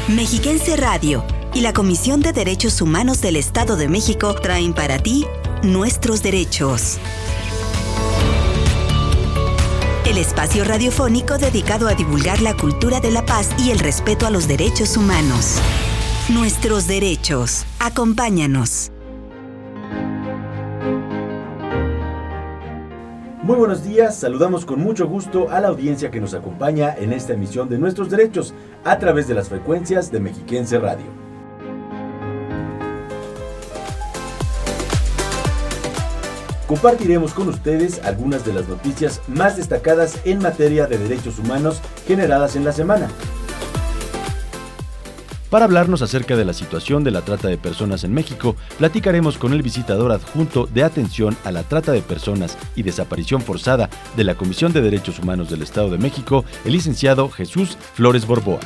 Mexiquense Radio y la Comisión de Derechos Humanos del Estado de México traen para ti Nuestros Derechos. El espacio radiofónico dedicado a divulgar la cultura de la paz y el respeto a los derechos humanos. Nuestros Derechos. Acompáñanos. Muy buenos días, saludamos con mucho gusto a la audiencia que nos acompaña en esta emisión de Nuestros Derechos a través de las frecuencias de Mexiquense Radio. Compartiremos con ustedes algunas de las noticias más destacadas en materia de derechos humanos generadas en la semana. Para hablarnos acerca de la situación de la trata de personas en México, platicaremos con el visitador adjunto de atención a la trata de personas y desaparición forzada de la Comisión de Derechos Humanos del Estado de México, el licenciado Jesús Flores Borboa.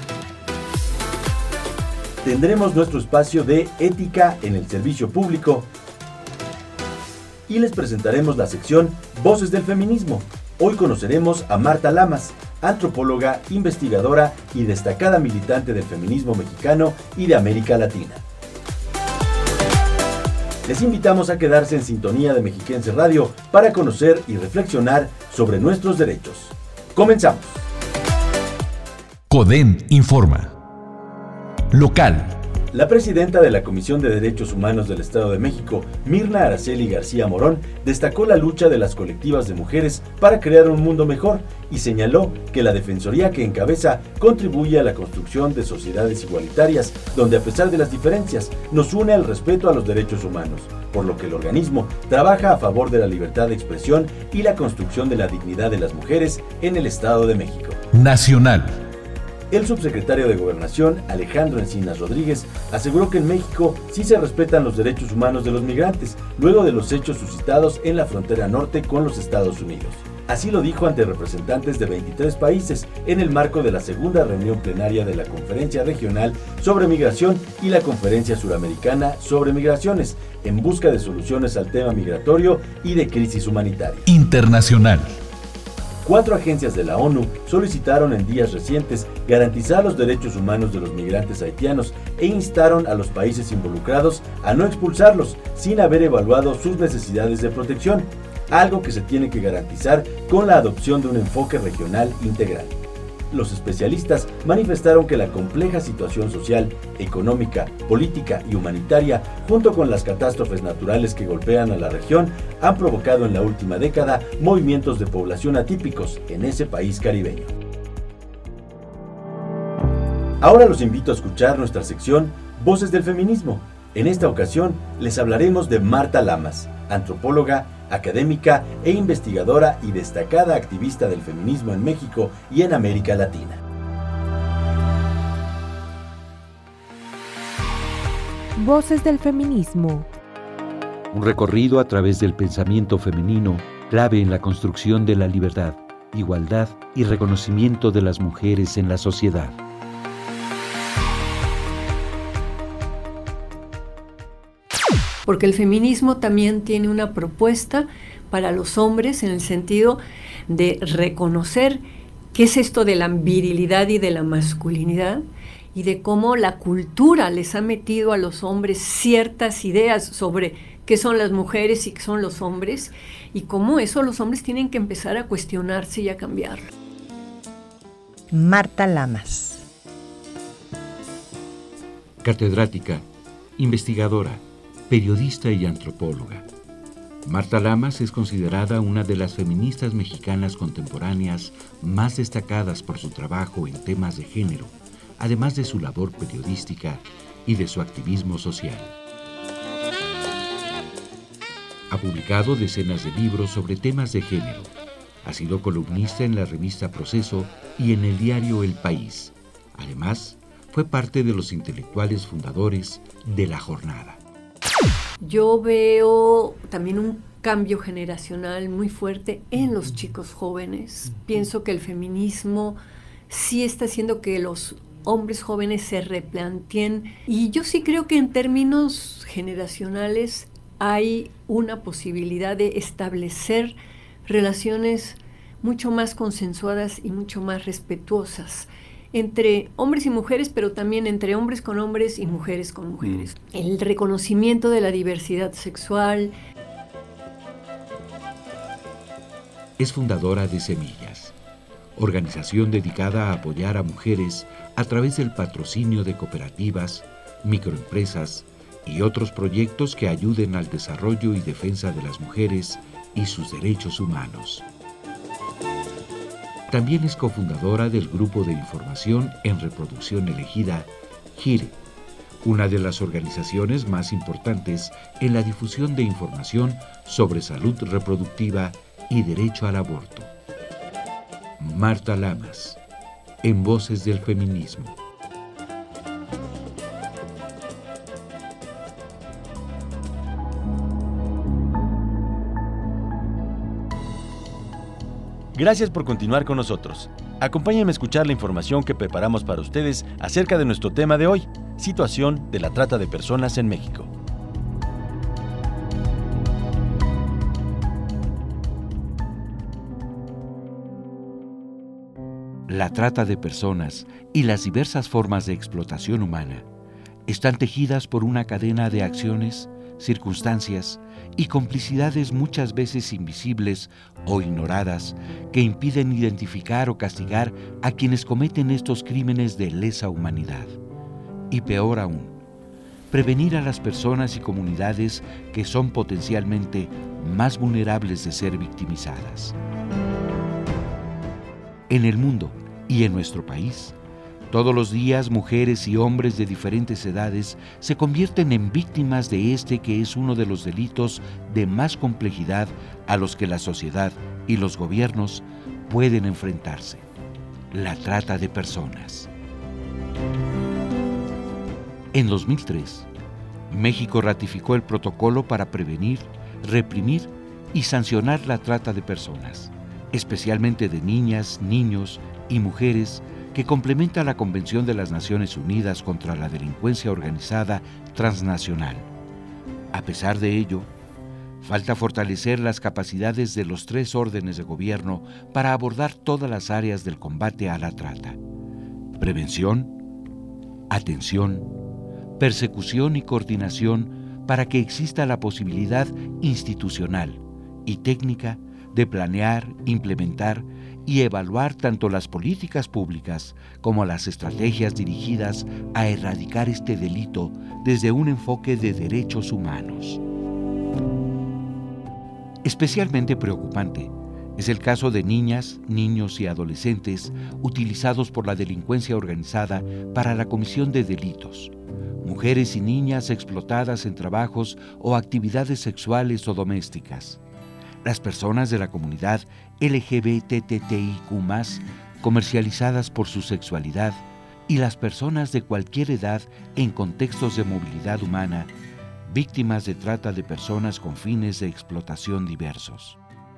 Tendremos nuestro espacio de ética en el servicio público y les presentaremos la sección Voces del Feminismo. Hoy conoceremos a Marta Lamas, antropóloga, investigadora y destacada militante del feminismo mexicano y de América Latina. Les invitamos a quedarse en sintonía de Mexiquense Radio para conocer y reflexionar sobre nuestros derechos. ¡Comenzamos! CODEN informa. Local. La presidenta de la Comisión de Derechos Humanos del Estado de México, Mirna Araceli García Morón, destacó la lucha de las colectivas de mujeres para crear un mundo mejor y señaló que la defensoría que encabeza contribuye a la construcción de sociedades igualitarias, donde a pesar de las diferencias, nos une el respeto a los derechos humanos, por lo que el organismo trabaja a favor de la libertad de expresión y la construcción de la dignidad de las mujeres en el Estado de México. Nacional. El subsecretario de Gobernación, Alejandro Encinas Rodríguez, aseguró que en México sí se respetan los derechos humanos de los migrantes, luego de los hechos suscitados en la frontera norte con los Estados Unidos. Así lo dijo ante representantes de 23 países en el marco de la segunda reunión plenaria de la Conferencia Regional sobre Migración y la Conferencia Suramericana sobre Migraciones, en busca de soluciones al tema migratorio y de crisis humanitaria. Internacional. 4 agencias de la ONU solicitaron en días recientes garantizar los derechos humanos de los migrantes haitianos e instaron a los países involucrados a no expulsarlos sin haber evaluado sus necesidades de protección, algo que se tiene que garantizar con la adopción de un enfoque regional integral. Los especialistas manifestaron que la compleja situación social, económica, política y humanitaria, junto con las catástrofes naturales que golpean a la región, han provocado en la última década movimientos de población atípicos en ese país caribeño. Ahora los invito a escuchar nuestra sección Voces del Feminismo. En esta ocasión les hablaremos de Marta Lamas, antropóloga, académica e investigadora y destacada activista del feminismo en México y en América Latina. Voces del Feminismo. Un recorrido a través del pensamiento femenino, clave en la construcción de la libertad, igualdad y reconocimiento de las mujeres en la sociedad. Porque el feminismo también tiene una propuesta para los hombres en el sentido de reconocer qué es esto de la virilidad y de la masculinidad y de cómo la cultura les ha metido a los hombres ciertas ideas sobre qué son las mujeres y qué son los hombres y cómo eso los hombres tienen que empezar a cuestionarse y a cambiarlo. Marta Lamas. Catedrática, investigadora, periodista y antropóloga. Marta Lamas es considerada una de las feministas mexicanas contemporáneas más destacadas por su trabajo en temas de género, además de su labor periodística y de su activismo social. Ha publicado decenas de libros sobre temas de género. Ha sido columnista en la revista Proceso y en el diario El País. Además, fue parte de los intelectuales fundadores de La Jornada. Yo veo también un cambio generacional muy fuerte en los chicos jóvenes. Pienso que el feminismo sí está haciendo que los hombres jóvenes se replanteen y yo sí creo que en términos generacionales hay una posibilidad de establecer relaciones mucho más consensuadas y mucho más respetuosas entre hombres y mujeres, pero también entre hombres con hombres y mujeres con mujeres. El reconocimiento de la diversidad sexual. Es fundadora de Semillas, organización dedicada a apoyar a mujeres a través del patrocinio de cooperativas, microempresas y otros proyectos que ayuden al desarrollo y defensa de las mujeres y sus derechos humanos. También es cofundadora del Grupo de Información en Reproducción Elegida, GIRE, una de las organizaciones más importantes en la difusión de información sobre salud reproductiva y derecho al aborto. Marta Lamas, en Voces del Feminismo. Gracias por continuar con nosotros. Acompáñenme a escuchar la información que preparamos para ustedes acerca de nuestro tema de hoy, situación de la trata de personas en México. La trata de personas y las diversas formas de explotación humana están tejidas por una cadena de acciones, circunstancias y complicidades muchas veces invisibles o ignoradas que impiden identificar o castigar a quienes cometen estos crímenes de lesa humanidad. Y peor aún, prevenir a las personas y comunidades que son potencialmente más vulnerables de ser victimizadas. En el mundo y en nuestro país, todos los días mujeres y hombres de diferentes edades se convierten en víctimas de este que es uno de los delitos de más complejidad a los que la sociedad y los gobiernos pueden enfrentarse: la trata de personas. En 2003, México ratificó el protocolo para prevenir, reprimir y sancionar la trata de personas, especialmente de niñas, niños y mujeres, que complementa la Convención de las Naciones Unidas contra la Delincuencia Organizada Transnacional. A pesar de ello, falta fortalecer las capacidades de los 3 órdenes de gobierno para abordar todas las áreas del combate a la trata: prevención, atención, persecución y coordinación, para que exista la posibilidad institucional y técnica de planear, implementar y evaluar tanto las políticas públicas como las estrategias dirigidas a erradicar este delito desde un enfoque de derechos humanos. Especialmente preocupante es el caso de niñas, niños y adolescentes utilizados por la delincuencia organizada para la comisión de delitos, mujeres y niñas explotadas en trabajos o actividades sexuales o domésticas, las personas de la comunidad LGBTTIQ+, comercializadas por su sexualidad, y las personas de cualquier edad en contextos de movilidad humana, víctimas de trata de personas con fines de explotación diversos.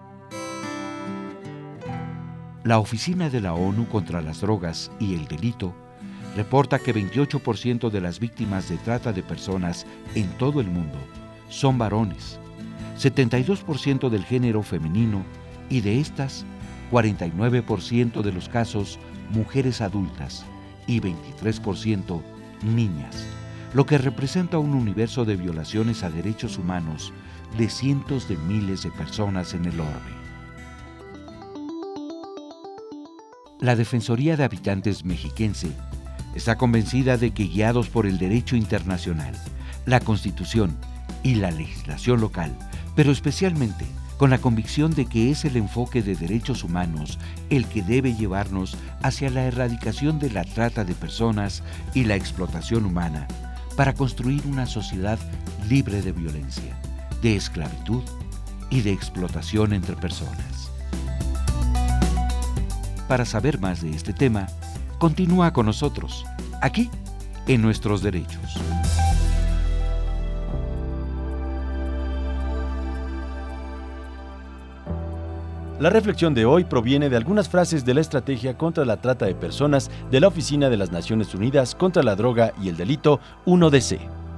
La Oficina de la ONU contra las Drogas y el Delito reporta que 28% de las víctimas de trata de personas en todo el mundo son varones, 72% del género femenino y de estas, 49% de los casos mujeres adultas y 23% niñas, lo que representa un universo de violaciones a derechos humanos de cientos de miles de personas en el orbe. La Defensoría de Habitantes mexiquense está convencida de que, guiados por el derecho internacional, la Constitución y la legislación local, pero especialmente con la convicción de que es el enfoque de derechos humanos el que debe llevarnos hacia la erradicación de la trata de personas y la explotación humana, para construir una sociedad libre de violencia, de esclavitud y de explotación entre personas. Para saber más de este tema, continúa con nosotros, aquí, en Nuestros Derechos. La reflexión de hoy proviene de algunas frases de la Estrategia contra la Trata de Personas de la Oficina de las Naciones Unidas contra la Droga y el Delito 1DC.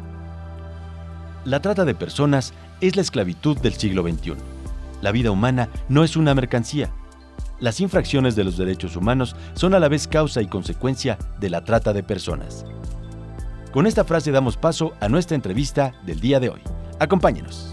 La trata de personas es la esclavitud del siglo XXI. La vida humana no es una mercancía. las infracciones de los derechos humanos son a la vez causa y consecuencia de la trata de personas. Con esta frase damos paso a nuestra entrevista del día de hoy. Acompáñenos.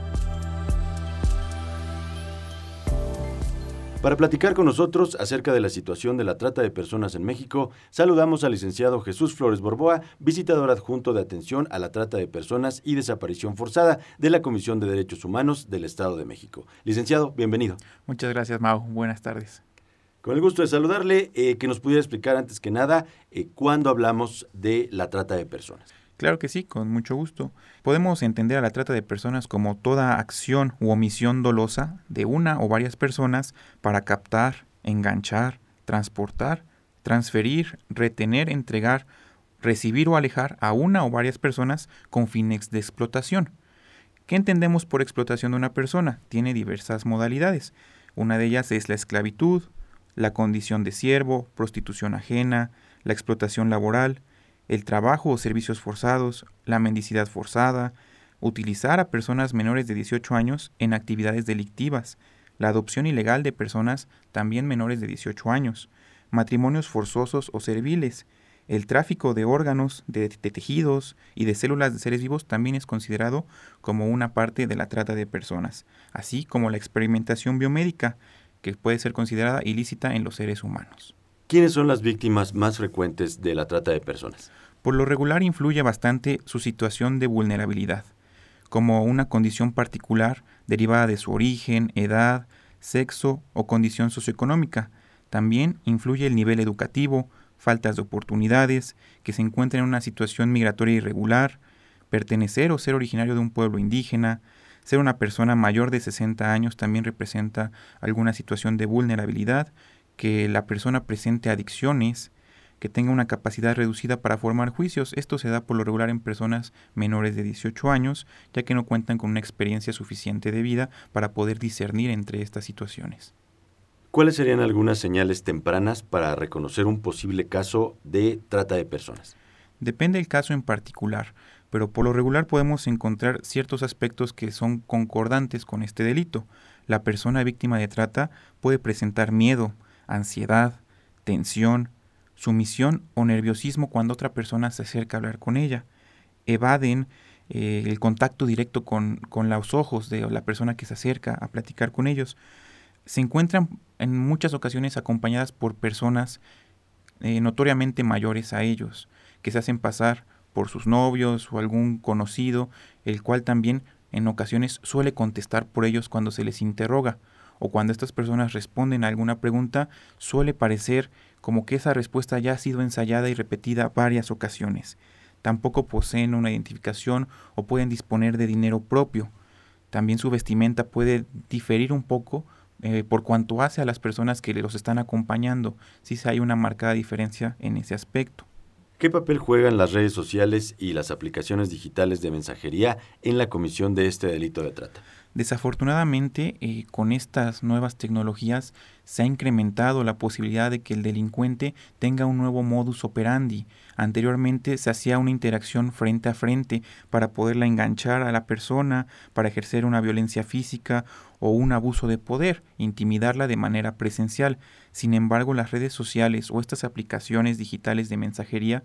Para platicar con nosotros acerca de la situación de la trata de personas en México, saludamos al licenciado Jesús Flores Borboa, visitador adjunto de atención a la trata de personas y desaparición forzada de la Comisión de Derechos Humanos del Estado de México. Licenciado, bienvenido. Muchas gracias, Mau. Buenas tardes. Con el gusto de saludarle, que nos pudiera explicar antes que nada cuándo hablamos de la trata de personas. Claro que sí, con mucho gusto. Podemos entender a la trata de personas como toda acción u omisión dolosa de una o varias personas para captar, enganchar, transportar, transferir, retener, entregar, recibir o alejar a una o varias personas con fines de explotación. ¿Qué entendemos por explotación de una persona? Tiene diversas modalidades. Una de ellas es la esclavitud, la condición de siervo, prostitución ajena, la explotación laboral, el trabajo o servicios forzados, la mendicidad forzada, utilizar a personas menores de 18 años en actividades delictivas, la adopción ilegal de personas también menores de 18 años, matrimonios forzosos o serviles, el tráfico de órganos, de tejidos y de células de seres vivos también es considerado como una parte de la trata de personas, así como la experimentación biomédica, que puede ser considerada ilícita en los seres humanos. ¿Quiénes son las víctimas más frecuentes de la trata de personas? Por lo regular influye bastante su situación de vulnerabilidad, como una condición particular derivada de su origen, edad, sexo o condición socioeconómica. También influye el nivel educativo, faltas de oportunidades, que se encuentra en una situación migratoria irregular, pertenecer o ser originario de un pueblo indígena, ser una persona mayor de 60 años también representa alguna situación de vulnerabilidad, que la persona presente adicciones, que tenga una capacidad reducida para formar juicios. Esto se da por lo regular en personas menores de 18 años, ya que no cuentan con una experiencia suficiente de vida para poder discernir entre estas situaciones. ¿Cuáles serían algunas señales tempranas para reconocer un posible caso de trata de personas? Depende del caso en particular, pero por lo regular podemos encontrar ciertos aspectos que son concordantes con este delito. La persona víctima de trata puede presentar miedo, ansiedad, tensión, sumisión o nerviosismo cuando otra persona se acerca a hablar con ella. Evaden el contacto directo con los ojos de la persona que se acerca a platicar con ellos. Se encuentran en muchas ocasiones acompañadas por personas notoriamente mayores a ellos, que se hacen pasar por sus novios o algún conocido, el cual también en ocasiones suele contestar por ellos cuando se les interroga, o cuando estas personas responden a alguna pregunta, suele parecer como que esa respuesta ya ha sido ensayada y repetida varias ocasiones. Tampoco poseen una identificación o pueden disponer de dinero propio. También su vestimenta puede diferir un poco por cuanto hace a las personas que los están acompañando. Sí hay una marcada diferencia en ese aspecto. ¿Qué papel juegan las redes sociales y las aplicaciones digitales de mensajería en la comisión de este delito de trata? Desafortunadamente, con estas nuevas tecnologías se ha incrementado la posibilidad de que el delincuente tenga un nuevo modus operandi. Anteriormente se hacía una interacción frente a frente para poderla enganchar a la persona, para ejercer una violencia física o un abuso de poder, intimidarla de manera presencial. Sin embargo, las redes sociales o estas aplicaciones digitales de mensajería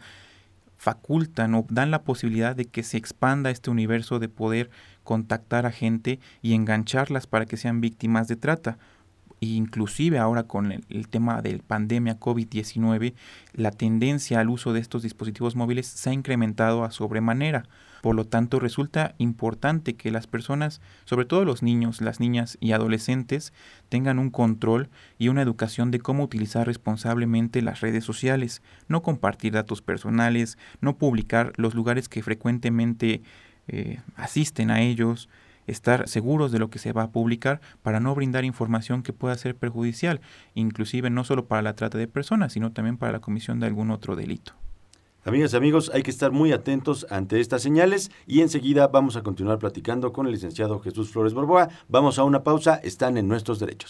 facultan o dan la posibilidad de que se expanda este universo de poder contactar a gente y engancharlas para que sean víctimas de trata. Inclusive ahora con el tema de la pandemia COVID-19, la tendencia al uso de estos dispositivos móviles se ha incrementado a sobremanera. Por lo tanto, resulta importante que las personas, sobre todo los niños, las niñas y adolescentes, tengan un control y una educación de cómo utilizar responsablemente las redes sociales, no compartir datos personales, no publicar los lugares que frecuentemente asisten a ellos, estar seguros de lo que se va a publicar para no brindar información que pueda ser perjudicial, inclusive no solo para la trata de personas, sino también para la comisión de algún otro delito. Amigas y amigos, hay que estar muy atentos ante estas señales y enseguida vamos a continuar platicando con el licenciado Jesús Flores Borboa. Vamos a una pausa, están en Nuestros Derechos.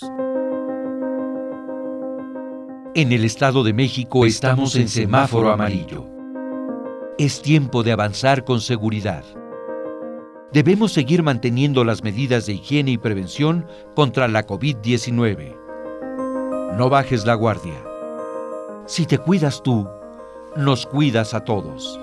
En el Estado de México estamos en semáforo amarillo. Es tiempo de avanzar con seguridad. Debemos seguir manteniendo las medidas de higiene y prevención contra la COVID-19. No bajes la guardia. Si te cuidas tú, nos cuidas a todos.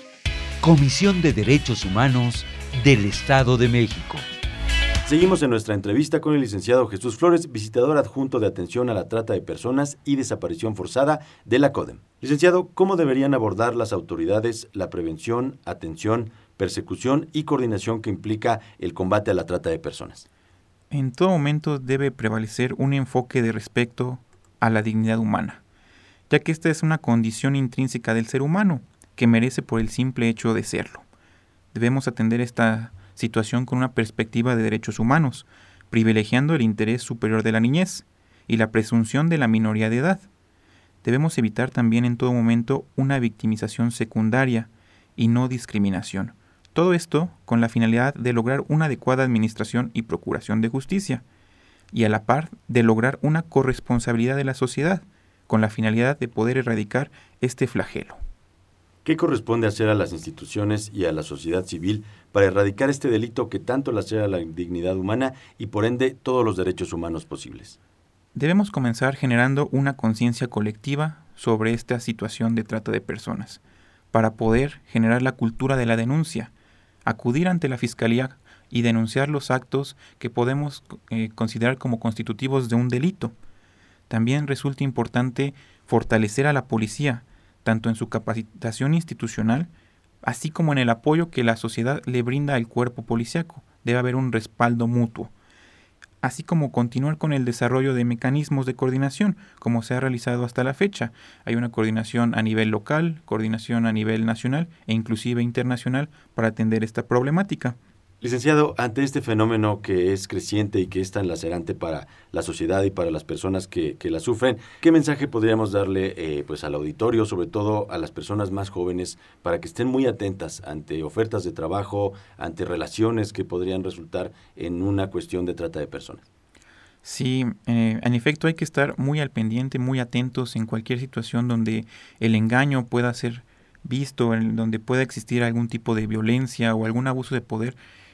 Comisión de Derechos Humanos del Estado de México. Seguimos en nuestra entrevista con el licenciado Jesús Flores, visitador adjunto de atención a la trata de personas y desaparición forzada de la CODEM. Licenciado, ¿cómo deberían abordar las autoridades la prevención, atención, persecución y coordinación que implica el combate a la trata de personas? En todo momento debe prevalecer un enfoque de respeto a la dignidad humana, ya que esta es una condición intrínseca del ser humano que merece por el simple hecho de serlo. Debemos atender esta situación con una perspectiva de derechos humanos, privilegiando el interés superior de la niñez y la presunción de la minoría de edad. Debemos evitar también en todo momento una victimización secundaria y no discriminación. Todo esto con la finalidad de lograr una adecuada administración y procuración de justicia, y a la par de lograr una corresponsabilidad de la sociedad, con la finalidad de poder erradicar este flagelo. ¿Qué corresponde hacer a las instituciones y a la sociedad civil para erradicar este delito que tanto lacera la dignidad humana y por ende todos los derechos humanos posibles? Debemos comenzar generando una conciencia colectiva sobre esta situación de trata de personas, para poder generar la cultura de la denuncia, acudir ante la Fiscalía y denunciar los actos que podemos considerar como constitutivos de un delito. También resulta importante fortalecer a la policía, tanto en su capacitación institucional, así como en el apoyo que la sociedad le brinda al cuerpo policiaco. Debe haber un respaldo mutuo, así como continuar con el desarrollo de mecanismos de coordinación, como se ha realizado hasta la fecha. Hay una coordinación a nivel local, coordinación a nivel nacional e inclusive internacional para atender esta problemática. Licenciado, ante este fenómeno que es creciente y que es tan lacerante para la sociedad y para las personas que la sufren, ¿qué mensaje podríamos darle al auditorio, sobre todo a las personas más jóvenes, para que estén muy atentas ante ofertas de trabajo, ante relaciones que podrían resultar en una cuestión de trata de personas? Sí, en efecto hay que estar muy al pendiente, muy atentos en cualquier situación donde el engaño pueda ser visto, en donde pueda existir algún tipo de violencia o algún abuso de poder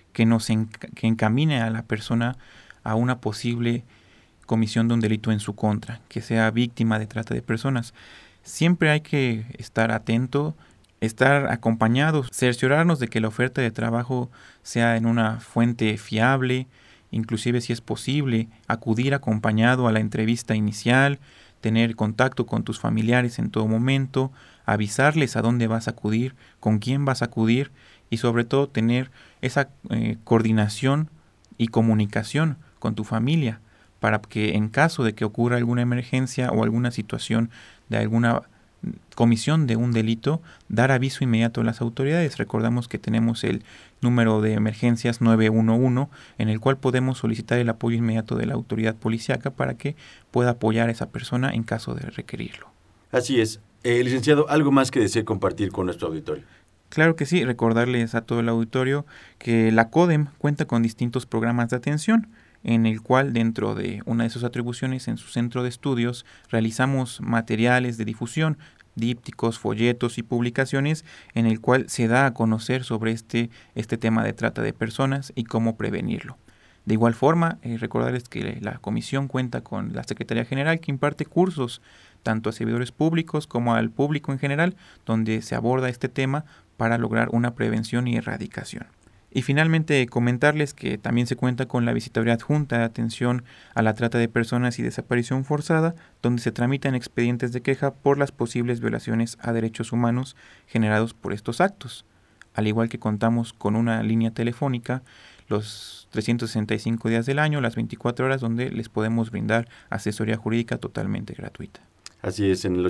que encamine a la persona a una posible comisión de un delito en su contra, que sea víctima de trata de personas. Siempre hay que estar atento, estar acompañados, cerciorarnos de que la oferta de trabajo sea en una fuente fiable, inclusive si es posible, acudir acompañado a la entrevista inicial, tener contacto con tus familiares en todo momento, avisarles a dónde vas a acudir, con quién vas a acudir y sobre todo tener esa coordinación y comunicación con tu familia para que en caso de que ocurra alguna emergencia o alguna situación de alguna comisión de un delito, dar aviso inmediato a las autoridades. Recordamos que tenemos el número de emergencias 911 en el cual podemos solicitar el apoyo inmediato de la autoridad policíaca para que pueda apoyar a esa persona en caso de requerirlo. Así es. Licenciado, ¿algo más que desee compartir con nuestro auditorio? Claro que sí, recordarles a todo el auditorio que la CODEM cuenta con distintos programas de atención, en el cual dentro de una de sus atribuciones en su centro de estudios realizamos materiales de difusión, dípticos, folletos y publicaciones en el cual se da a conocer sobre este tema de trata de personas y cómo prevenirlo. De igual forma, recordarles que la comisión cuenta con la Secretaría General que imparte cursos tanto a servidores públicos como al público en general, donde se aborda este tema para lograr una prevención y erradicación. Y finalmente comentarles que también se cuenta con la Visitaduría Adjunta de Atención a la Trata de Personas y Desaparición Forzada, donde se tramitan expedientes de queja por las posibles violaciones a derechos humanos generados por estos actos. Al igual que contamos con una línea telefónica los 365 días del año, las 24 horas, donde les podemos brindar asesoría jurídica totalmente gratuita. Así es, en el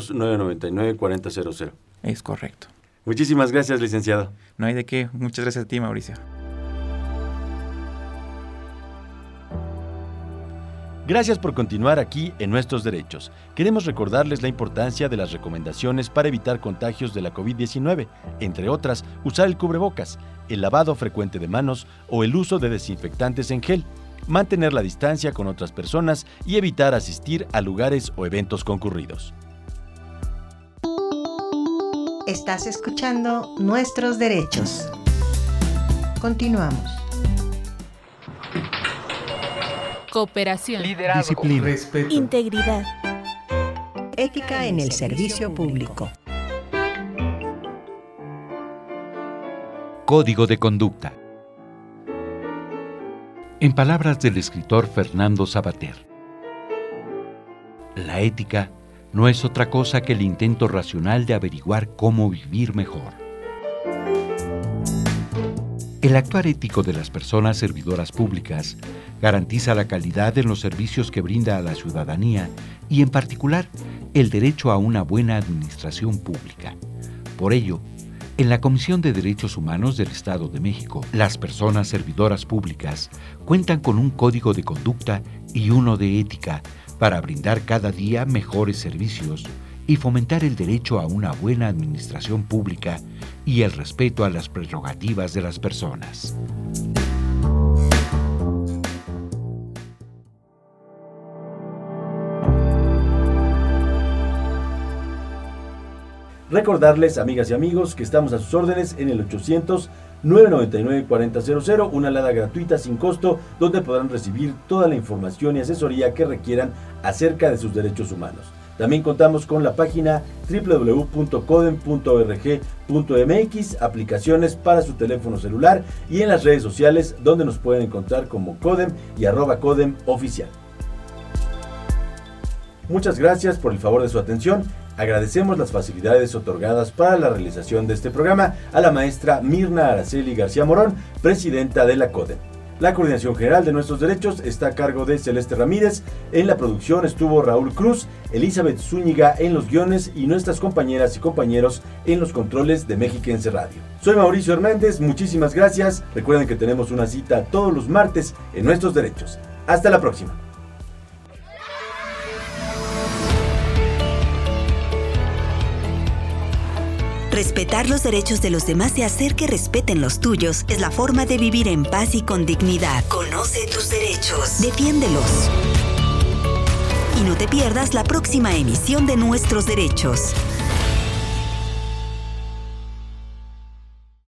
800-999-4000. Es correcto. Muchísimas gracias, licenciado. No hay de qué. Muchas gracias a ti, Mauricio. Gracias por continuar aquí en Nuestros Derechos. Queremos recordarles la importancia de las recomendaciones para evitar contagios de la COVID-19, entre otras, usar el cubrebocas, el lavado frecuente de manos o el uso de desinfectantes en gel, mantener la distancia con otras personas y evitar asistir a lugares o eventos concurridos. Estás escuchando Nuestros Derechos. Continuamos. cooperación, liderazgo, disciplina, respeto, integridad, ética en el servicio público. Código de conducta. En palabras del escritor Fernando Savater, la ética no es otra cosa que el intento racional de averiguar cómo vivir mejor. El actuar ético de las personas servidoras públicas garantiza la calidad en los servicios que brinda a la ciudadanía y, en particular, el derecho a una buena administración pública. Por ello, en la Comisión de Derechos Humanos del Estado de México, las personas servidoras públicas cuentan con un código de conducta y uno de ética para brindar cada día mejores servicios y fomentar el derecho a una buena administración pública y el respeto a las prerrogativas de las personas. Recordarles, amigas y amigos, que estamos a sus órdenes en el 800-999-4000, una alada gratuita sin costo, donde podrán recibir toda la información y asesoría que requieran acerca de sus derechos humanos. También contamos con la página www.codem.org.mx, aplicaciones para su teléfono celular y en las redes sociales, donde nos pueden encontrar como Codem y @Codem oficial. Muchas gracias por el favor de su atención. Agradecemos las facilidades otorgadas para la realización de este programa a la maestra Mirna Araceli García Morón, presidenta de la CODEM. La coordinación general de nuestros derechos está a cargo de Celeste Ramírez. En la producción estuvo Raúl Cruz, Elizabeth Zúñiga en los guiones y nuestras compañeras y compañeros en los controles de Mexiquense Radio. Soy Mauricio Hernández, muchísimas gracias. Recuerden que tenemos una cita todos los martes en Nuestros Derechos. Hasta la próxima. Respetar los derechos de los demás y hacer que respeten los tuyos es la forma de vivir en paz y con dignidad. Conoce tus derechos. Defiéndelos. Y no te pierdas la próxima emisión de Nuestros Derechos.